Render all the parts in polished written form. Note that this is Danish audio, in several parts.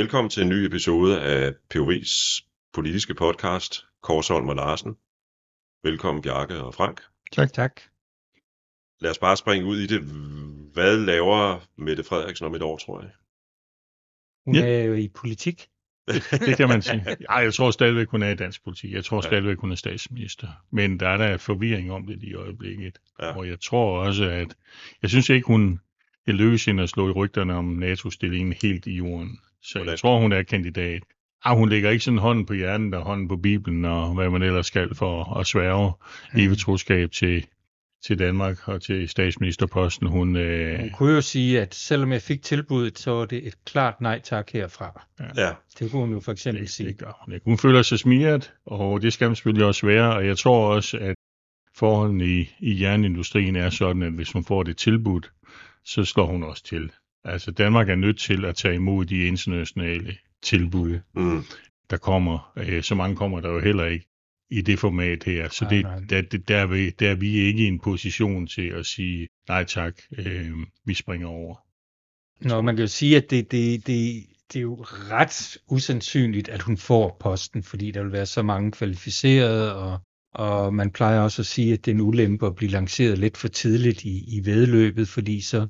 Velkommen til en ny episode af POV's politiske podcast, Korsholm og Larsen. Velkommen Bjarke og Frank. Tak. Lad os bare springe ud i det. Hvad laver Mette Frederiksen om et år, tror jeg? Hun er jo i politik. Det kan man sige. Jeg tror stadigvæk, hun er i dansk politik. Jeg tror stadigvæk, hun er statsminister. Men der er der forvirring om det i øjeblikket. Ja. Og jeg tror også, at... Jeg synes ikke, det lykkes hende at slå i rygterne om NATO-stillingen helt i jorden. Så jeg tror, hun er kandidat. Hun lægger ikke sådan hånden på hjernen og hånden på Bibelen og hvad man ellers skal for at sværge evigt troskab til Danmark og til statsministerposten. Hun kunne jo sige, at selvom jeg fik tilbuddet, så var det et klart nej tak herfra. Ja. Det kunne hun jo for eksempel sige. Det gør hun ikke. Hun føler sig smiret, og det skal man selvfølgelig også være. Og jeg tror også, at forholdene i jernindustrien er sådan, at hvis hun får det tilbudt, så slår hun også til. Altså Danmark er nødt til at tage imod de internationale tilbud, der kommer. Så mange kommer der jo heller ikke i det format her. Så der er vi ikke i en position til at sige nej tak, vi springer over. Nå, man kan jo sige, at det er jo ret usandsynligt, at hun får posten, fordi der vil være så mange kvalificerede, og man plejer også at sige, at det er en ulempe at blive lanceret lidt for tidligt i væddeløbet, fordi så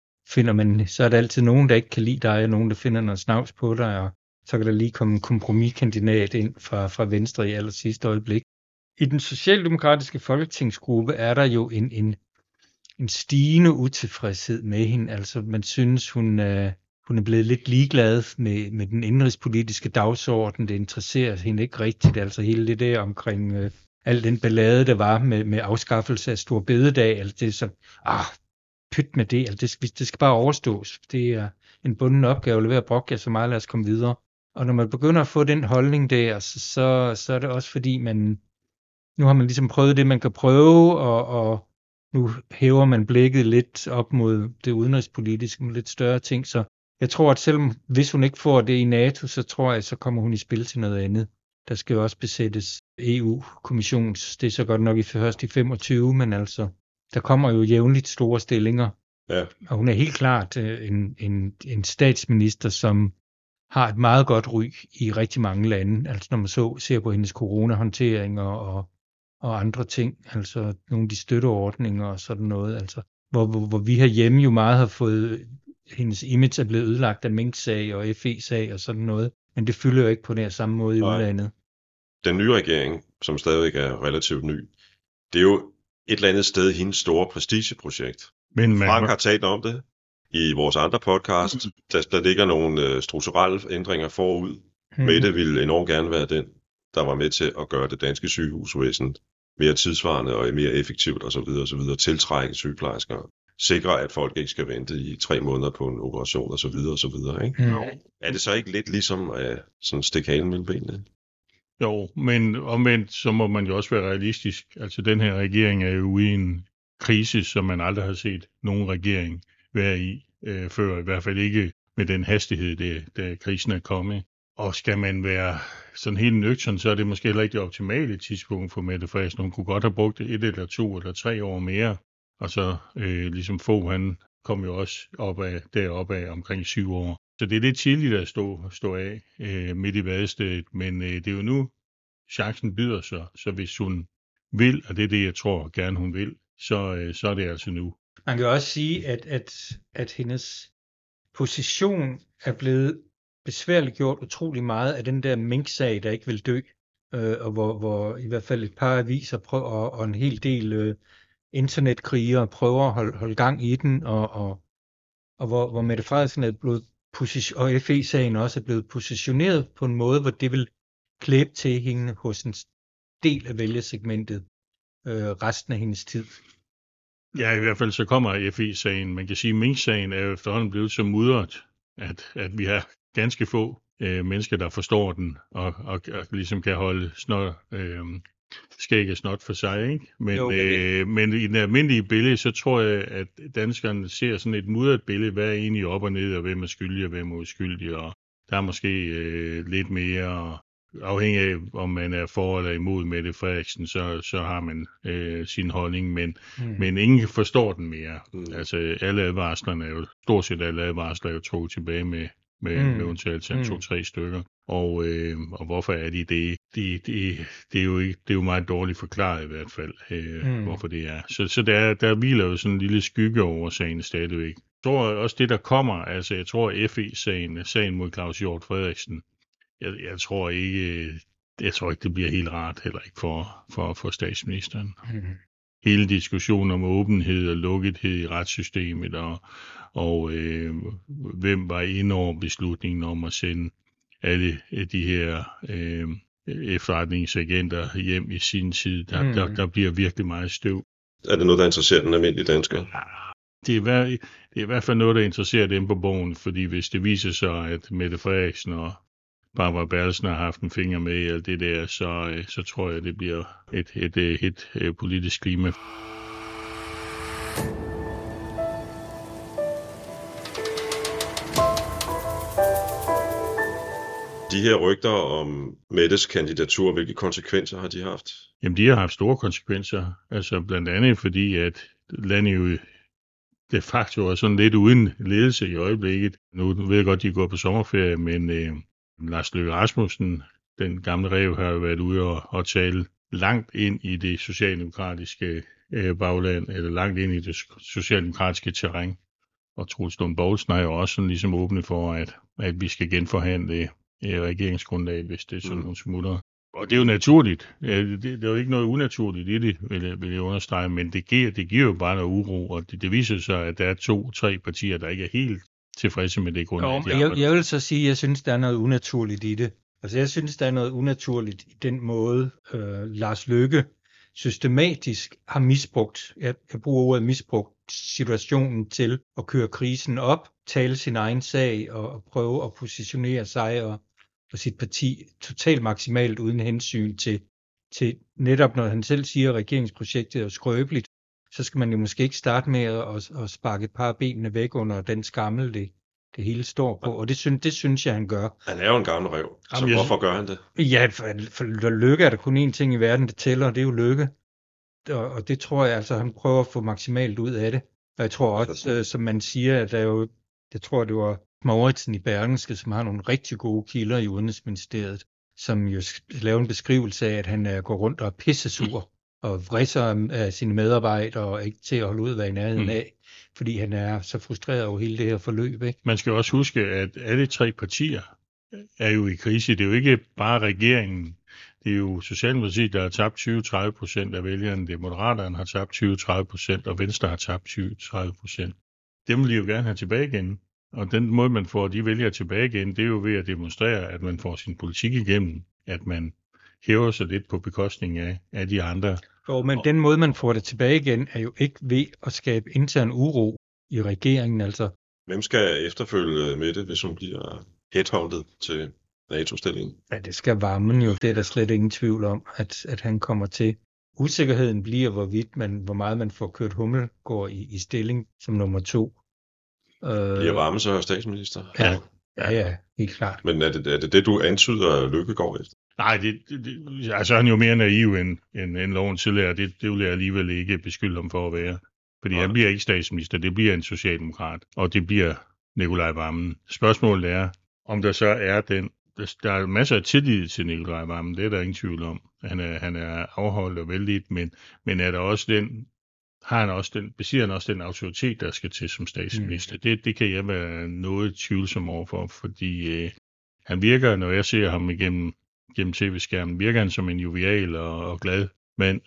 er der altid nogen, der ikke kan lide dig, og nogen, der finder noget snavs på dig, og så kan der lige komme en kompromiskandidat ind fra Venstre i aller sidste øjeblik. I den socialdemokratiske folketingsgruppe er der jo en stigende utilfredshed med hende. Altså man synes, hun er blevet lidt ligeglad med den indrigspolitiske dagsorden. Det interesserer hende ikke rigtigt. Altså hele det der omkring al den ballade, der var med afskaffelse af Store Bededag. Altså det er så, pyt med det. Altså det skal bare overstås. Det er en bunden opgave. Lad være at brokke jer så meget, lad os komme videre. Og når man begynder at få den holdning der, så er det også fordi, nu har man ligesom prøvet det, man kan prøve, og nu hæver man blikket lidt op mod det udenrigspolitiske, med lidt større ting. Så jeg tror, at hvis hun ikke får det i NATO, så tror jeg, så kommer hun i spil til noget andet. Der skal jo også besættes EU-kommissions, det er så godt nok først i 25, men altså, der kommer jo jævnligt store stillinger. Ja. Og hun er helt klart en statsminister, som har et meget godt ry i rigtig mange lande. Altså når man ser på hendes coronahåndteringer og andre ting, altså nogle af de støtteordninger og sådan noget, altså hvor vi herhjemme jo meget har fået, hendes image er blevet ødelagt af Mink-sag og FE-sag og sådan noget, men det fylder jo ikke på den samme måde i udlandet. Den nye regering, som stadigvæk er relativt ny, det er jo et eller andet sted hendes store prestigeprojekt. Frank har talt om det i vores andre podcast. Der ligger nogle strukturelle ændringer forud. Mette ville enormt gerne være den, der var med til at gøre det danske sygehusvæsen mere tidsvarende og mere effektivt osv. Tiltrække sygeplejersker. Sikre, at folk ikke skal vente i 3 måneder på en operation osv. Ikke? Er det så ikke lidt ligesom sådan stikke halen mellem benene? Jo, men omvendt så må man jo også være realistisk. Altså den her regering er jo ude i en krise, som man aldrig har set nogen regering være i før. I hvert fald ikke med den hastighed, da krisen er kommet. Og skal man være sådan helt nøgtern, så er det måske heller ikke det optimale tidspunkt for Mette Frederiksen. Hun kunne godt have brugt 1 eller 2 eller 3 år mere. Og så ligesom han kom jo også deroppe af omkring 7 år. Så det er lidt tidligt at stå af midt i vadestedet, men det er jo nu, chancen byder sig. Så hvis hun vil, og det er det, jeg tror gerne hun vil, så er det altså nu. Man kan også sige, at hendes position er blevet besværligt gjort utrolig meget af den der Mink-sag, der ikke vil dø, og hvor i hvert fald et par aviser prøver, og en hel del internetkrigere prøver at holde gang i den, og hvor Mette Frederiksen er blevet og FE-sagen også er blevet positioneret på en måde, hvor det vil klæbe til hende hos en del af vælgersegmentet resten af hendes tid. Ja, i hvert fald så kommer FE-sagen. Man kan sige, at Mink-sagen er jo efterhånden blevet så mudret, at vi har ganske få mennesker, der forstår den, og ligesom kan holde skæg og snot for sig, ikke? Men i den almindelige billede, så tror jeg, at danskerne ser sådan et mudret billede, hvad er egentlig op og ned, og hvem er skyldig og hvem er uskyldig, og der er måske lidt mere, afhængig af om man er for eller imod Mette Frederiksen, så har man sin holdning, men ingen forstår den mere. Altså alle advarslerne er jo, stort set alle advarsler er jo trukket tilbage med undtagelse af 2-3 stykker. Og hvorfor er de det? Det er jo meget dårligt forklaret i hvert fald, hvorfor det er. Så der hviler jo sådan en lille skygge over sagen stadigvæk. Jeg tror også det, der kommer, altså jeg tror FE-sagen mod Claus Hjort Frederiksen, jeg tror ikke, det bliver helt rart, heller ikke for statsministeren. Hele diskussionen om åbenhed og lukkethed i retssystemet, og hvem var inde over beslutningen om at sende alle de her efterretningsagenter hjem i sin tid. Der bliver virkelig meget støv. Er det noget, der interesserer den almindelige dansker? Det er i hvert fald noget, der interesserer dem på bogen, fordi hvis det viser sig, at Mette Frederiksen og Barbara Bertelsen har haft en finger med i alt det der, så tror jeg, det bliver et politisk klima. De her rygter om Mettes kandidatur, hvilke konsekvenser har de haft? Jamen, de har haft store konsekvenser. Altså blandt andet fordi, at landet jo de facto er sådan lidt uden ledelse i øjeblikket. Nu ved jeg godt, de går på sommerferie, men Lars Løkke Rasmussen, den gamle ræv, har jo været ude og tale langt ind i det socialdemokratiske bagland, eller langt ind i det socialdemokratiske terræn. Og Troels Lund Poulsen er jo også sådan ligesom åbnet for, at vi skal genforhandle regeringsgrundlag, hvis det er sådan nogle smutter. Og det er jo naturligt. Det er jo ikke noget unaturligt i det, vil jeg understrege, men det giver jo bare noget uro, og det viser sig, at der er 2-3 partier, der ikke er helt tilfredse med det grundlag. Jeg vil så sige, at jeg synes, der er noget unaturligt i det. Altså jeg synes, der er noget unaturligt i den måde, Lars Løkke systematisk har misbrugt, jeg bruger ordet misbrugt, situationen til at køre krisen op, tale sin egen sag og prøve at positionere sig og sit parti totalt maksimalt uden hensyn til netop, når han selv siger, at regeringsprojektet er skrøbeligt, så skal man jo måske ikke starte med at sparke et par af benene væk under den skammel, det hele står på, og det synes jeg, han gør. Han er jo en gammel ræv, så hvorfor gør han det? Ja, for Løkke er der kun én ting i verden, det tæller, og det er jo Løkke. Og det tror jeg, altså han prøver at få maksimalt ud af det. Og jeg tror også, som man siger, at der jo, jeg tror det var Mauritsen i Berlingske, som har nogle rigtig gode kilder i Udenrigsministeriet, som jo laver en beskrivelse af, at han går rundt og er pissesur og vridser af sine medarbejdere og ikke til at holde ud at være i nærheden af, fordi han er så frustreret over hele det her forløb. Ikke? Man skal også huske, at alle 3 partier er jo i krise. Det er jo ikke bare regeringen. Det er jo Socialdemokratiet, der har tabt 20-30% af vælgerne. Det er Moderaterne, har tabt 20-30%, og Venstre har tabt 20-30%. Dem vil de jo gerne have tilbage igen. Og den måde, man får de vælgere tilbage igen, det er jo ved at demonstrere, at man får sin politik igennem, at man hæver sig lidt på bekostning af de andre. Jo, men den måde, man får det tilbage igen, er jo ikke ved at skabe intern uro i regeringen. Altså. Hvem skal efterfølge Mette, hvis hun bliver headhunted til NATO-stillingen? Ja, det skal Wammen jo. Det er der slet ingen tvivl om, at han kommer til. Usikkerheden bliver, hvor meget man får kørt Hummelgaard i stilling som nummer 2. Bliver Wammen så statsminister? Ja, helt klart. Men er det du antyder, Løkke går efter? Nej, altså han er jo mere naiv end loven tidligere. Det vil jeg alligevel ikke beskylde ham for at være. Fordi han bliver ikke statsminister, det bliver en socialdemokrat, og det bliver Nikolaj Wammen. Spørgsmålet er, om der så er der er masser af tillid til Nikolaj Wammen, det er der ingen tvivl om. Han er afholdt og vældigt, men er der også besidder han også den autoritet, der skal til som statsminister? Det kan jeg være noget tvivlsom overfor, fordi han virker, når jeg ser ham gennem tv-skærmen, virker han som en jovial og glad mand,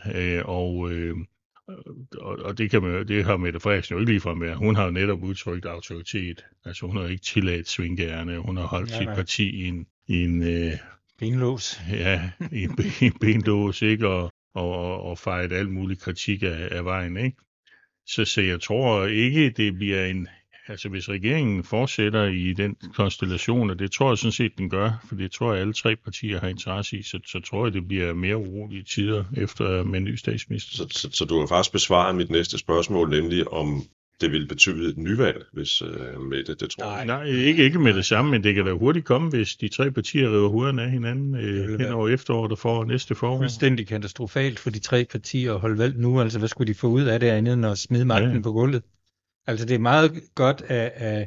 og det har Mette Frederiksen jo ikke ligefrem været. Hun har jo netop udtrykt autoritet. Altså hun har ikke tilladt svingerne, hun har holdt sit parti i en benlås. Ja, i en benlås, ikke? Og fejret alt muligt kritik af vejen, ikke? Så jeg tror ikke, det bliver altså hvis regeringen fortsætter i den konstellation, og det tror jeg sådan set, den gør, for det tror jeg, alle 3 partier har interesse i, så tror jeg, det bliver mere urolige tider efter med en ny statsminister. Så du har faktisk besvaret mit næste spørgsmål, nemlig om det ville betyde et nyvalg, hvis Mette, det tror jeg. Nej, ikke med det samme, men det kan da hurtigt komme, hvis de 3 partier river hovederne af hinanden hen over efteråret og får næste forår. Fuldstændig katastrofalt for de 3 partier at holde valg nu. Altså, hvad skulle de få ud af det andet end at smide magten på gulvet? Altså, det er meget godt af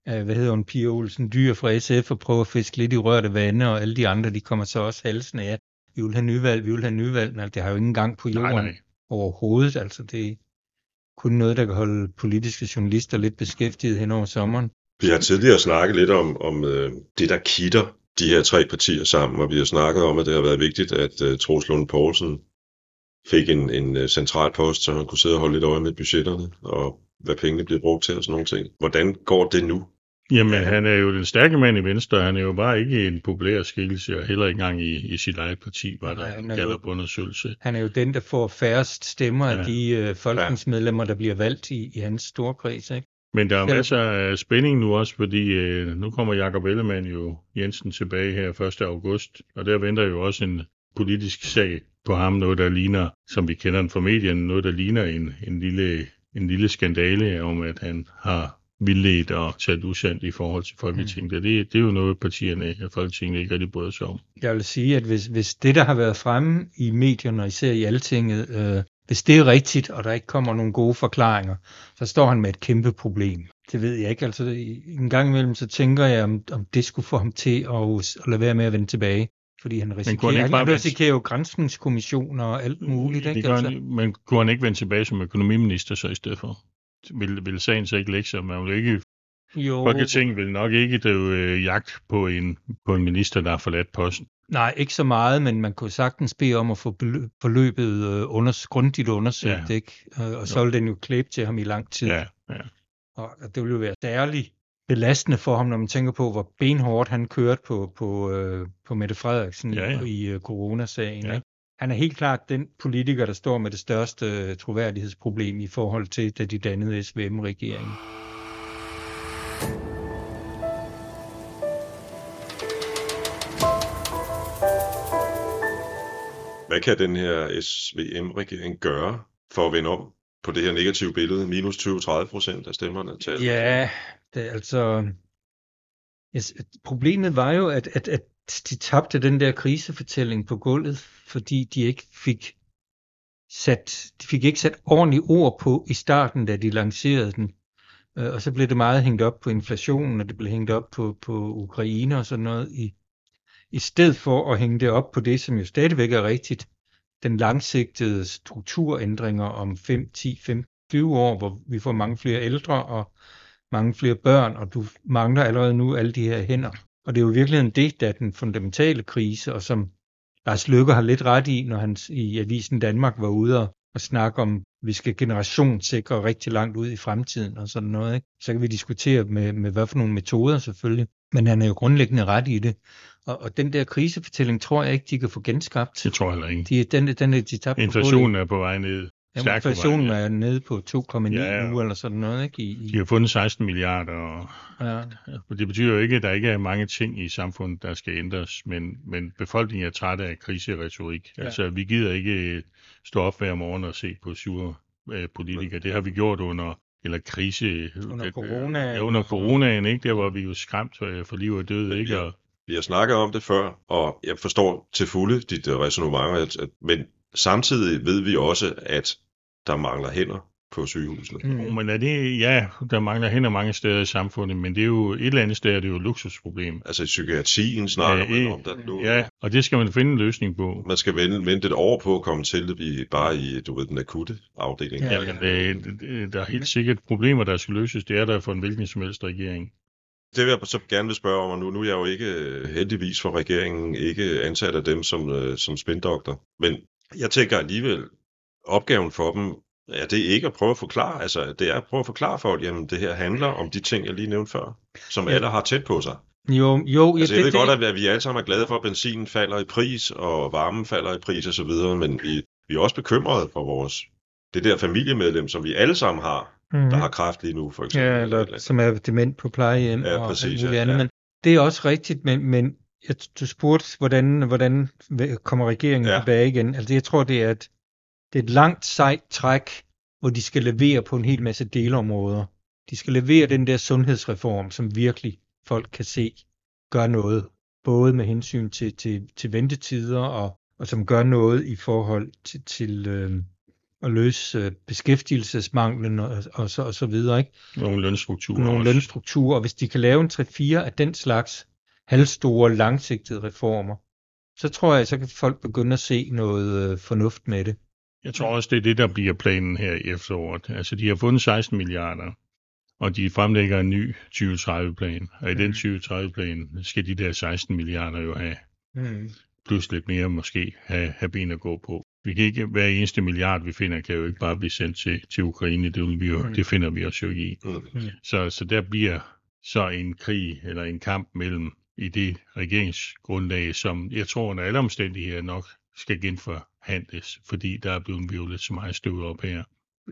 Pia Olsen Dyhr fra SF og prøver at fiske lidt i rørte vande, og alle de andre, de kommer så også halsende af, vi vil have nyvalg, men altså, det har jo ingen gang på jorden overhovedet. Altså, det er kun noget, der kan holde politiske journalister lidt beskæftiget hen over sommeren. Vi har tidligere snakket lidt om det, der kitter de her tre partier sammen, og vi har snakket om, at det har været vigtigt, at Troels Lund Poulsen fik en central post, så han kunne sidde og holde lidt øje med budgetterne, og hvad pengene bliver brugt til og sådan nogle ting. Hvordan går det nu? Jamen, han er jo den stærke mand i Venstre, han er jo bare ikke en populær skikkelse, og heller ikke engang i sit eget parti, var der en gallupundersøgelse. Han er jo den, der får færrest stemmer af de folketingsmedlemmer, der bliver valgt i hans storkreds, ikke? Men der er masser af spænding nu også, fordi nu kommer Jakob Ellemann jo Jensen tilbage her 1. august, og der venter jo også en politisk sag på ham, noget der ligner, som vi kender den fra medierne, noget der ligner en lille skandale om, at han har vildledt og talt usandt i forhold til Folketinget. Det er jo noget, partierne af Folketinget ikke rigtig bryder sig om. Jeg vil sige, at hvis det, der har været fremme i medierne, og især i Altinget, hvis det er rigtigt, og der ikke kommer nogle gode forklaringer, så står han med et kæmpe problem. Det ved jeg ikke. Altså, en gang imellem, så tænker jeg, om det skulle få ham til at lade være med at vende tilbage. Fordi han risikerer jo granskningskommissioner og alt muligt. Ikke? Men kunne han ikke vende tilbage som økonomiminister så i stedet for? Vil sagen så ikke lægge sig? Man vil ikke... Folketinget vil nok ikke drive jagt på en minister, der har forladt posten. Nej, ikke så meget, men man kunne sagtens bede om at få forløbet grundigt undersøgt, ikke? Og så vil den jo klæbe til ham i lang tid. Ja. Og det vil jo være særligt belastende for ham, når man tænker på, hvor benhårdt han kørte på Mette Frederiksen i coronasagen. Ja. Ikke? Han er helt klart den politiker, der står med det største troværdighedsproblem i forhold til, da de dannede SVM-regeringen. Hvad kan den her SVM-regering gøre for at vende om på det her negative billede? Minus 20-30% af stemmerne talt. Ja, det er altså... Problemet var jo, at de tabte den der krisefortælling på gulvet, fordi de ikke fik sat ordentligt ord på i starten, da de lancerede den. Og så blev det meget hængt op på inflationen, og det blev hængt op på Ukraine og sådan noget, i stedet for at hænge det op på det, som jo stadigvæk er rigtigt, den langsigtede strukturændringer om 5, 10, 15, 20 år, hvor vi får mange flere ældre og mange flere børn, og du mangler allerede nu alle de her hænder. Og det er jo virkelig det, der er den fundamentale krise, og som Lars Løkke har lidt ret i, når han i Avisen Danmark var ude og snakke om, vi skal generationssikre rigtig langt ud i fremtiden og sådan noget. Ikke? Så kan vi diskutere med hvad for nogle metoder selvfølgelig, men han er jo grundlæggende ret i det. Og den der krisefortælling tror jeg ikke, de kan få genskabt. Det tror jeg ikke. De tabte inflationen er på vej ned. Inflationen er nede på 2,9 nu eller sådan noget. Ikke? De har fundet 16 milliarder. Og det betyder jo ikke, at der ikke er mange ting i samfundet, der skal ændres, men befolkningen er træt af kriseretorik. Ja. Altså, vi gider ikke stå op hver morgen og se på sure politikere. Det har vi gjort under corona. Under coronaen, ikke? Der var vi jo skræmt for liv og død, ikke? Og vi har snakket om det før, og jeg forstår til fulde dit ræsonnement, men samtidig ved vi også, at der mangler hænder på sygehusene. Men er det, der mangler hænder mange steder i samfundet, men det er jo et eller andet sted, det er jo et luksusproblem. Altså i psykiatrien snakker man om det nu. Ja, og det skal man finde en løsning på. Man skal vente et år på at komme til det, bare i den akutte afdeling. Ja, men der er helt sikkert problemer, der skal løses. Det er der for en hvilken som helst regering. Det vil jeg så gerne vil spørge om, og nu er jeg jo ikke heldigvis for regeringen ikke ansat af dem som spindoktor. Men jeg tænker alligevel, opgaven for dem, det er ikke at prøve at forklare, altså det er at prøve at forklare folk, jamen det her handler om de ting, jeg lige nævnte før, som alle har tæt på sig. Jo. Altså, jeg ved godt, at vi alle sammen er glade for, at benzinen falder i pris, og varmen falder i pris og så videre, men vi er også bekymrede for det der familiemedlem, som vi alle sammen har, der har kræft lige nu, for eksempel. Ja, eller som er dement på plejehjem og præcis, alt muligt andet. Men det er også rigtigt, men du spurgte, hvordan kommer regeringen tilbage igen? Altså jeg tror, det er et langt sejt træk, hvor de skal levere på en hel masse delområder. De skal levere den der sundhedsreform, som virkelig folk kan se gør noget, både med hensyn til ventetider, og som gør noget i forhold til at løse beskæftigelsesmanglen og så videre, ikke? Nogle lønstrukturer. Og hvis de kan lave en 3-4 af den slags halvstore, langsigtede reformer, så tror jeg, så kan folk begynde at se noget fornuft med det. Jeg tror også, det er det, der bliver planen her i efteråret. Altså, de har fundet 16 milliarder, og de fremlægger en ny 2030-plan. Og i den 2030-plan skal de der 16 milliarder jo have plus lidt mere måske have ben at gå på. Vi kan ikke, hver eneste milliard, vi finder, kan jo ikke bare blive sendt til Ukraine. Det finder vi os jo ikke i. Så der bliver så en krig eller en kamp mellem i det regeringsgrundlag, som jeg tror under alle omstændigheder nok skal genforhandles, fordi der er blevet vivlet så meget støv op her.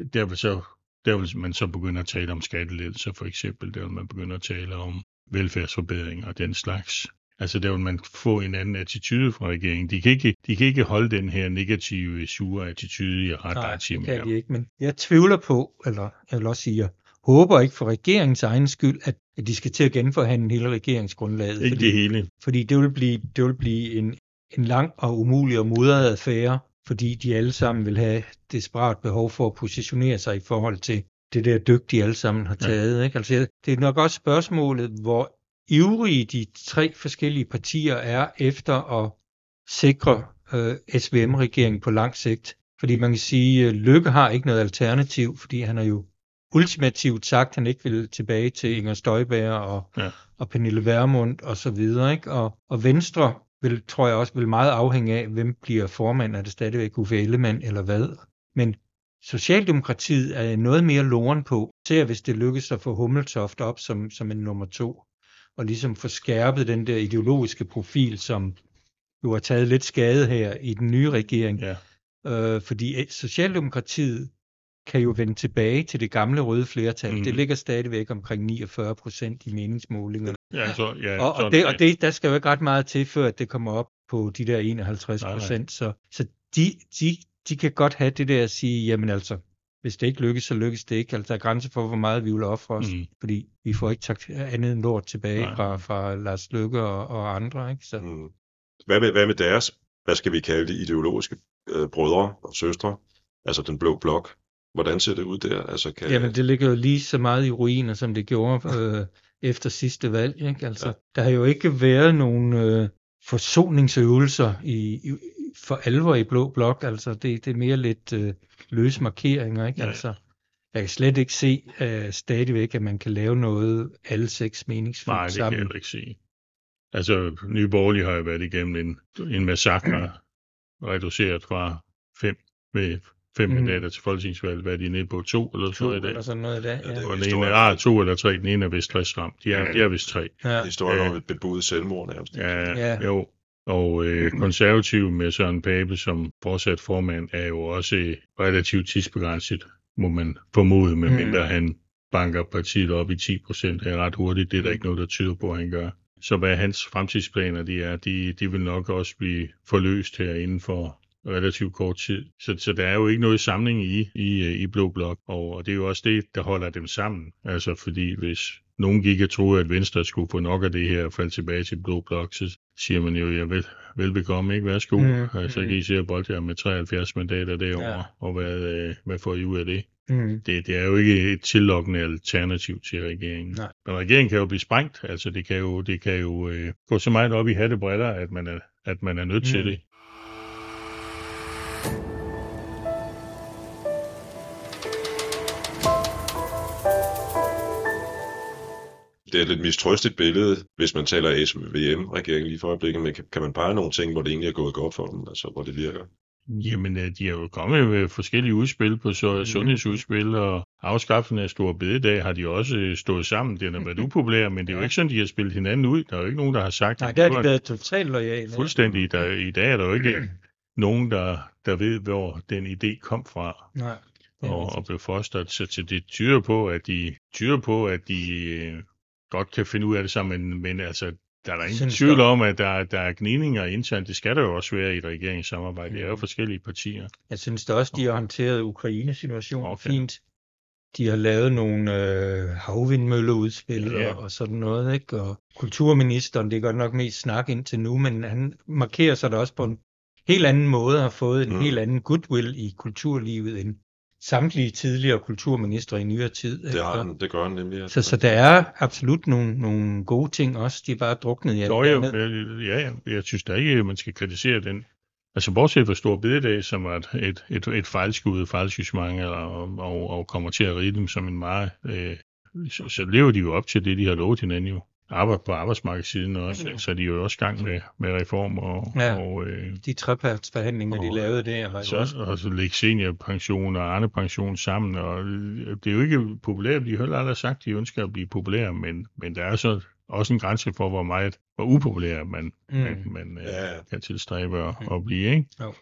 Der vil man så begynde at tale om skattelettelser for eksempel. Der vil man begynde at tale om velfærdsforbedringer og den slags. Altså der vil man få en anden attitude fra regeringen. De kan ikke holde den her negative, sure attitude i ret time. Nej, det kan de ikke, men jeg tvivler på, eller jeg vil også sige, jeg håber ikke for regeringens egen skyld, at de skal til at genforhandle hele regeringsgrundlaget. Ikke det hele. Fordi det vil blive en lang og umulig og mudret affære, fordi de alle sammen vil have desperat behov for at positionere sig i forhold til det der dyk, de alle sammen har taget. Ja. Ikke? Altså, det er nok også spørgsmålet, hvor ivrige de 3 forskellige partier er efter at sikre SVM-regeringen på lang sigt. Fordi man kan sige, at Løkke har ikke noget alternativ, fordi han har jo ultimativt sagt, at han ikke vil tilbage til Inger Støjberg og Pernille Vermund og så videre. Ikke? Og Venstre tror jeg også vil meget afhænge af, hvem bliver formand. Er det stadigvæk Uffe Ellemann eller hvad? Men Socialdemokratiet er noget mere loren på, ser hvis det lykkes at få Hummeltoft op som en nummer 2, og ligesom få skærpet den der ideologiske profil, som jo har taget lidt skade her i den nye regering. Ja. Fordi Socialdemokratiet kan jo vende tilbage til det gamle røde flertal. Det ligger stadigvæk omkring 49% i meningsmålingerne. Der skal jo ikke ret meget til, før at det kommer op på de der 51%. Så de kan godt have det der at sige, jamen altså, hvis det ikke lykkes, så lykkes det ikke. Altså, der er grænser for, hvor meget vi vil ofre os, fordi vi får ikke taget andet end lort tilbage fra Lars Løkke og andre. Ikke? Så. Hvad med deres, hvad skal vi kalde det, ideologiske brødre og søstre, altså den blå blok? Hvordan ser det ud der? Altså, Jamen, det ligger jo lige så meget i ruiner, som det gjorde efter sidste valg. Ikke? Altså, der har jo ikke været nogen forsoningsøvelser for alvor i blå blok. Altså, det er mere lidt løse markeringer. Ikke? Altså, jeg kan slet ikke se stadigvæk, at man kan lave noget alle 6 meningsfuldt sammen. Nej, det kan jeg ikke se. Altså, Nye Borgerlige har jo været igennem en massakre, reduceret fra 5 mandater til folketingsvalget, hvad er de nede på 2 eller sådan noget i dag? Eller sådan noget i dag, ja. Og den ene er 2 eller 3, den ene er vist 60 ramt. De er vist 3. Ja. Historien om et bebudet selvmord nærmest. Ja, jo. Og konservative med Søren Pape som fortsat formand er jo også relativt tidsbegrænset, må man formode, medmindre han banker partiet op i 10% er ret hurtigt. Det er der ikke noget, der tyder på, at han gør. Så hvad hans fremtidsplaner de vil nok også blive forløst her inden for relativt kort tid. Så der er jo ikke noget samling i Blå Blok, og det er jo også det, der holder dem sammen. Altså fordi hvis nogen gik og troede, at Venstre skulle få nok af det her og falde tilbage til Blå Blok, så siger man jo, velbekomme, ikke? Værsgo. Så kan I se at bolde jer med 73 mandater derovre, og hvad får I ud af det? Det er jo ikke et tillokkende alternativ til regeringen. Nej. Men regeringen kan jo blive sprængt. Altså det kan jo gå så meget op i hattebriller, at man er nødt til det. Det er et lidt mistrøstigt billede, hvis man taler SVM-regeringen lige for øjeblikket, men kan man pege nogle ting, hvor det egentlig er gået godt for dem, altså hvor det virker? Jamen, de har jo kommet med forskellige udspil på sundhedsudspil, og afskaffelsen af Store Bededag har de også stået sammen. Det har været upopulært, men det er jo ikke sådan, de har spillet hinanden ud. Der er jo ikke nogen, der har sagt... Nej, der har de været totalt loyale. Fuldstændig. I dag er der jo ikke nogen, der ved, hvor den idé kom fra. Nej. Og blev fostret. Så det tyder på, at de godt kan finde ud af det sammen, men altså, der er ingen tvivl om, at der er gnidninger internt. Det skal der jo også være i et regeringssamarbejde. Det er jo forskellige partier. Jeg synes da også, de har håndteret Ukraine-situationen fint. De har lavet nogle havvindmølleudspil og sådan noget, ikke? Og kulturministeren, det er godt nok mest snak indtil nu, men han markerer sig da også på en helt anden måde og har fået en helt anden goodwill i kulturlivet end samtlige tidligere kulturministre i nyere tid. Det gør han nemlig. Så der er absolut nogle gode ting også, de er bare druknet i alt andet. Ja, jeg synes da ikke, man skal kritisere den. Altså bortset fra Store Bededag, som var et fejlskudt og kommer til at ride dem som en meget, så lever de jo op til det, de har lovet hinanden jo. Arbejde på arbejdsmarkedssiden også, så de er jo også i gang med reformer. De trepartsforhandlinger, de lavede der. Og så lægge seniorpension og Arne-pension sammen, og det er jo ikke populært, de har heller aldrig sagt, de ønsker at blive populære, men der er så også en grænse for, hvor upopulær man kan tilstræbe at blive, ikke? Jo.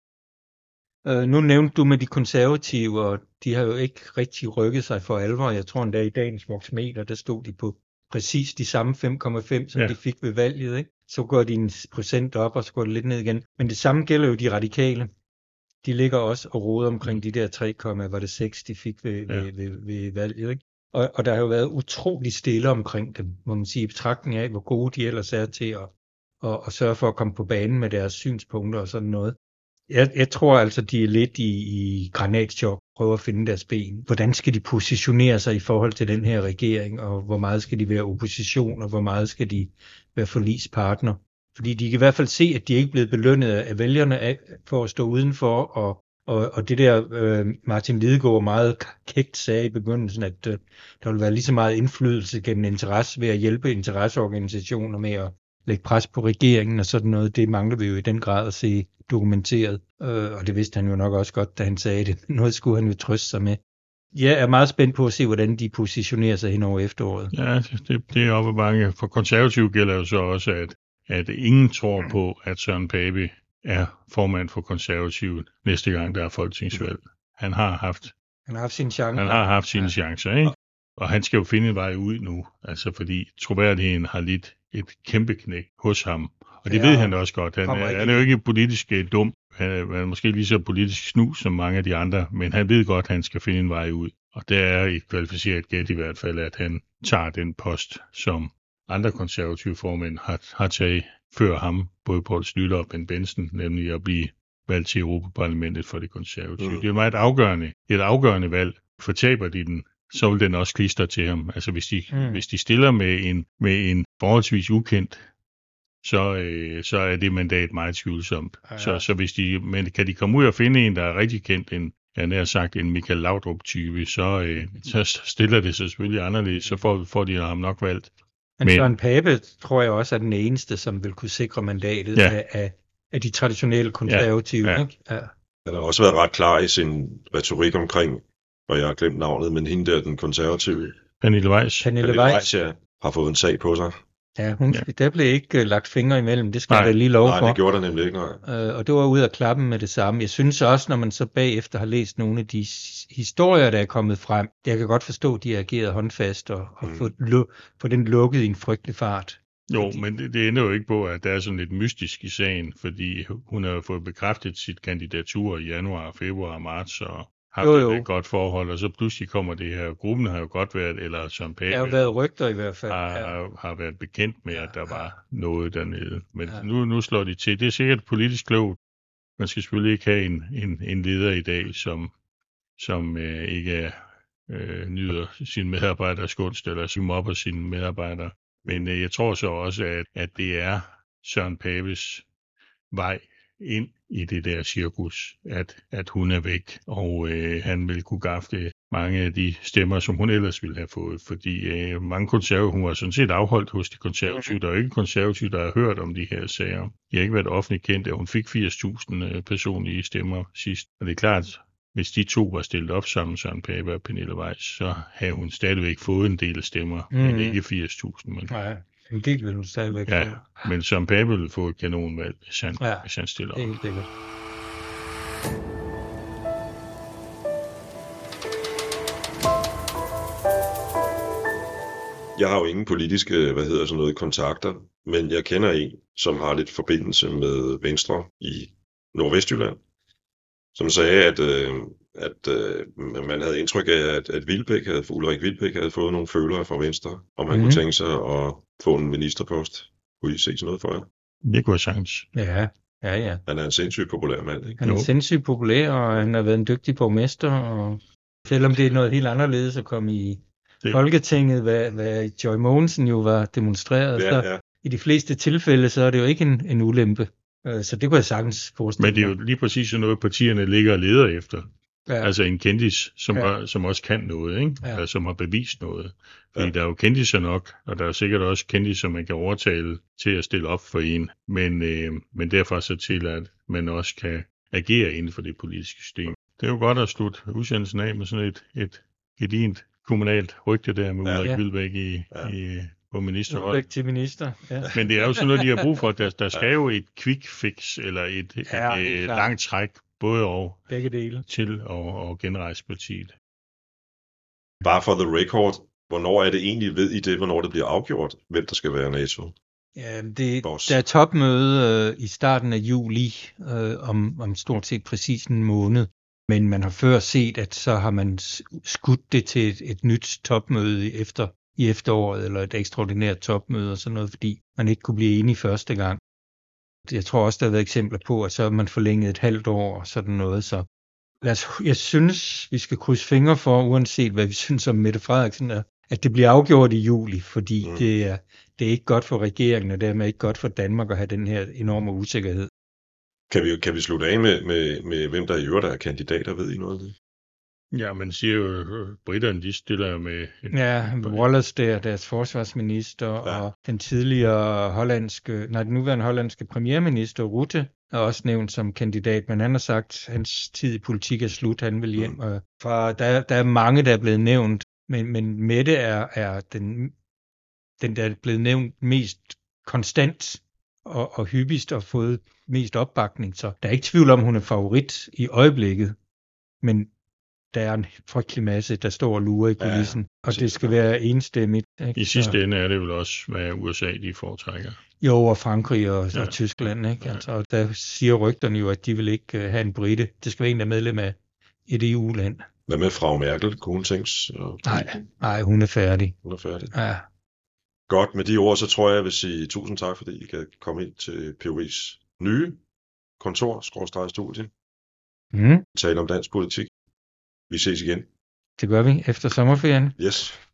Nu nævnte du med de konservative, og de har jo ikke rigtig rykket sig for alvor. Jeg tror endda i dagens Voxmeter, der stod de på præcis de samme 5,5, som de fik ved valget, ikke? Så går de en procent op, og så går det lidt ned igen. Men det samme gælder jo de radikale. De ligger også og roder omkring de der 3,6, de fik ved valget, ikke? Og der har jo været utrolig stille omkring dem, må man sige, i betragtning af, hvor gode de ellers er til at sørge for at komme på banen med deres synspunkter og sådan noget. Jeg tror altså, de er lidt i granatchok, prøver at finde deres ben. Hvordan skal de positionere sig i forhold til den her regering, og hvor meget skal de være opposition, og hvor meget skal de være forligspartner? Fordi de kan i hvert fald se, at de ikke er blevet belønnet af vælgerne for at stå udenfor, og det der Martin Lidegaard meget kægt sagde i begyndelsen, at der vil være lige så meget indflydelse gennem interesse ved at hjælpe interesseorganisationer med at lægge pres på regeringen og sådan noget. Det mangler vi jo i den grad at se dokumenteret, og det vidste han jo nok også godt, da han sagde det. Noget skulle han jo trøste sig med. Jeg er meget spændt på at se, hvordan de positionerer sig hen over efteråret. Ja, det er oppe bange. For konservative gælder jo så også, at ingen tror på, at Søren Pape er formand for konservative næste gang, der er folketingsvalg. Han har haft sine chancer. Han har haft sine chancer, ikke? Og han skal jo finde en vej ud nu, altså fordi troværdigheden har lidt et kæmpe knæk hos ham. Og det ved han også godt. Han er jo ikke politisk dum. Han er måske lige så politisk snus som mange af de andre, men han ved godt, at han skal finde en vej ud. Og der er et kvalificeret gæt i hvert fald, at han tager den post, som andre konservative formænd har taget før ham, både Poul Schlüter og Ben Benson, nemlig at blive valgt til Europaparlamentet for det konservative. Det er meget afgørende valg. Fortaber de den, så vil den også klistre til ham. Altså hvis de stiller med en forholdsvis ukendt, så er det mandat meget tvivlsomt. Så men kan de komme ud og finde en, der er rigtig kendt, en Michael Laudrup-type, så stiller det sig selvfølgelig anderledes, så får de ham nok valgt. Men Søren Pape tror jeg også er den eneste, som vil kunne sikre mandatet af de traditionelle konservative. Ja. Ikke? Ja. Han har også været ret klar i sin retorik omkring, og jeg har glemt navnet, men hende der, den konservative. Pernille Weiss, har fået en sag på sig. Ja, der blev ikke lagt fingre imellem, det skal jeg lige love for. Nej, det gjorde der nemlig ikke, og det var ud af klappen med det samme. Jeg synes også, når man så bagefter har læst nogle af de historier, der er kommet frem, jeg kan godt forstå, at de har ageret håndfast og få den lukket i en frygtelig fart. Jo, men det ender jo ikke på, at der er sådan lidt mystisk i sagen, fordi hun har fået bekræftet sit kandidatur i januar, februar og marts, og haft et godt forhold, og så pludselig kommer det her. Gruppen har jo godt været, eller Søren Pape har været rygter i hvert fald. Har været bekendt med, at der var noget dernede. Men nu slår de til. Det er sikkert politisk klogt. Man skal selvfølgelig ikke have en leder i dag, som ikke nyder sine medarbejders gunst, eller som mobber sine medarbejdere. Men jeg tror så også, at det er Søren Papes vej ind i det der cirkus, at hun er væk, og han vil kunne gafle mange af de stemmer, som hun ellers ville have fået, fordi mange konservative, hun var sådan set afholdt hos de konservative, der er ikke konservative, der har hørt om de her sager. De har ikke været offentligt kendt, at hun fik 80.000 personlige stemmer sidst, og det er klart, hvis de to var stillet op sammen, Søren Pape og Pernille Weiss, så havde hun stadigvæk fået en del stemmer, men ikke 80.000. Men... Nej. En del vil hun stadigvæk få. Ja, men Søren Pape vil få et kanonvalg, hvis han stiller op. Det er helt sikkert. Jeg har jo ingen politiske, kontakter, men jeg kender en, som har lidt forbindelse med Venstre i Nordvestjylland, som sagde, at man havde indtryk af, at Ulrik Wilbek havde fået nogle følere fra Venstre, og man kunne tænke sig at få en ministerpost. Kunne I se sådan noget for jer? Det kunne jeg sagtens. Ja, Ja. Han er en sindssygt populær mand, ikke? Han er sindssygt populær, og han har været en dygtig borgmester, og selvom det er noget helt anderledes at komme i Folketinget, hvad Joy Mogensen jo var demonstreret, så i de fleste tilfælde, så er det jo ikke en ulempe. Så det kunne jeg sagtens forestille mig. Men det er jo lige præcis sådan noget, partierne ligger og leder efter. Ja. Altså en kendis, som også kan noget, ikke? Ja. Som har bevist noget. Fordi der er jo kendiser nok, og der er sikkert også kendiser, man kan overtale til at stille op for en. Men derfor så til, at man også kan agere inden for det politiske system. Det er jo godt at slutte udsendelsen af med sådan et gedint kommunalt rygte der med Ulrik Wilbek på ministerhold. Ulrik til minister, ja. Men det er jo sådan noget, de har brug for. Der skal jo et quick fix, eller et langt træk, både og begge dele, til at genrejse partiet. Bare for the record, hvornår er det egentlig, ved I det, hvornår det bliver afgjort, hvem der skal være NATO? Ja, der er topmøde i starten af juli, om stort set præcis en måned. Men man har før set, at så har man skudt det til et nyt topmøde i efteråret, eller et ekstraordinært topmøde og sådan noget, fordi man ikke kunne blive enige første gang. Jeg tror også, der har været eksempler på, at så har man forlænget et halvt år og sådan noget. Så jeg synes, vi skal krydse fingre for, uanset hvad vi synes om Mette Frederiksen, at det bliver afgjort i juli, fordi det er ikke godt for regeringen, og dermed ikke godt for Danmark at have den her enorme usikkerhed. Kan vi slutte af med hvem der i øvrigt er kandidater, ved I noget af det? Ja, man siger jo, britterne, de stiller jo med... Wallace der, deres forsvarsminister, og den tidligere den nuværende hollandske premierminister, Rutte, er også nævnt som kandidat, men han har sagt, at hans tid i politik er slut, han vil hjem. Der er mange, der er blevet nævnt, men Mette er den, der er blevet nævnt mest konstant og hyppigst og fået mest opbakning, så der er ikke tvivl om, hun er favorit i øjeblikket, men der er en frygtelig masse, der står og lurer i kulissen, og det skal være enstemmigt. Ikke? I sidste ende er det vel også, hvad USA de foretrækker. Jo, og Frankrig og Tyskland, ikke? Ja. Altså, og der siger rygterne jo, at de vil ikke have en brite. Det skal være en, der er medlem af et EU-land. Hvad med Frau Merkel? Kunne hun tænkes? Nej, hun er færdig. Hun er færdig? Ja. Godt, med de ord, så tror jeg vil sige tusind tak, fordi I kan komme ind til POV's nye kontor-studie. Tale om dansk politik. Vi ses igen. Det gør vi efter sommerferien. Yes.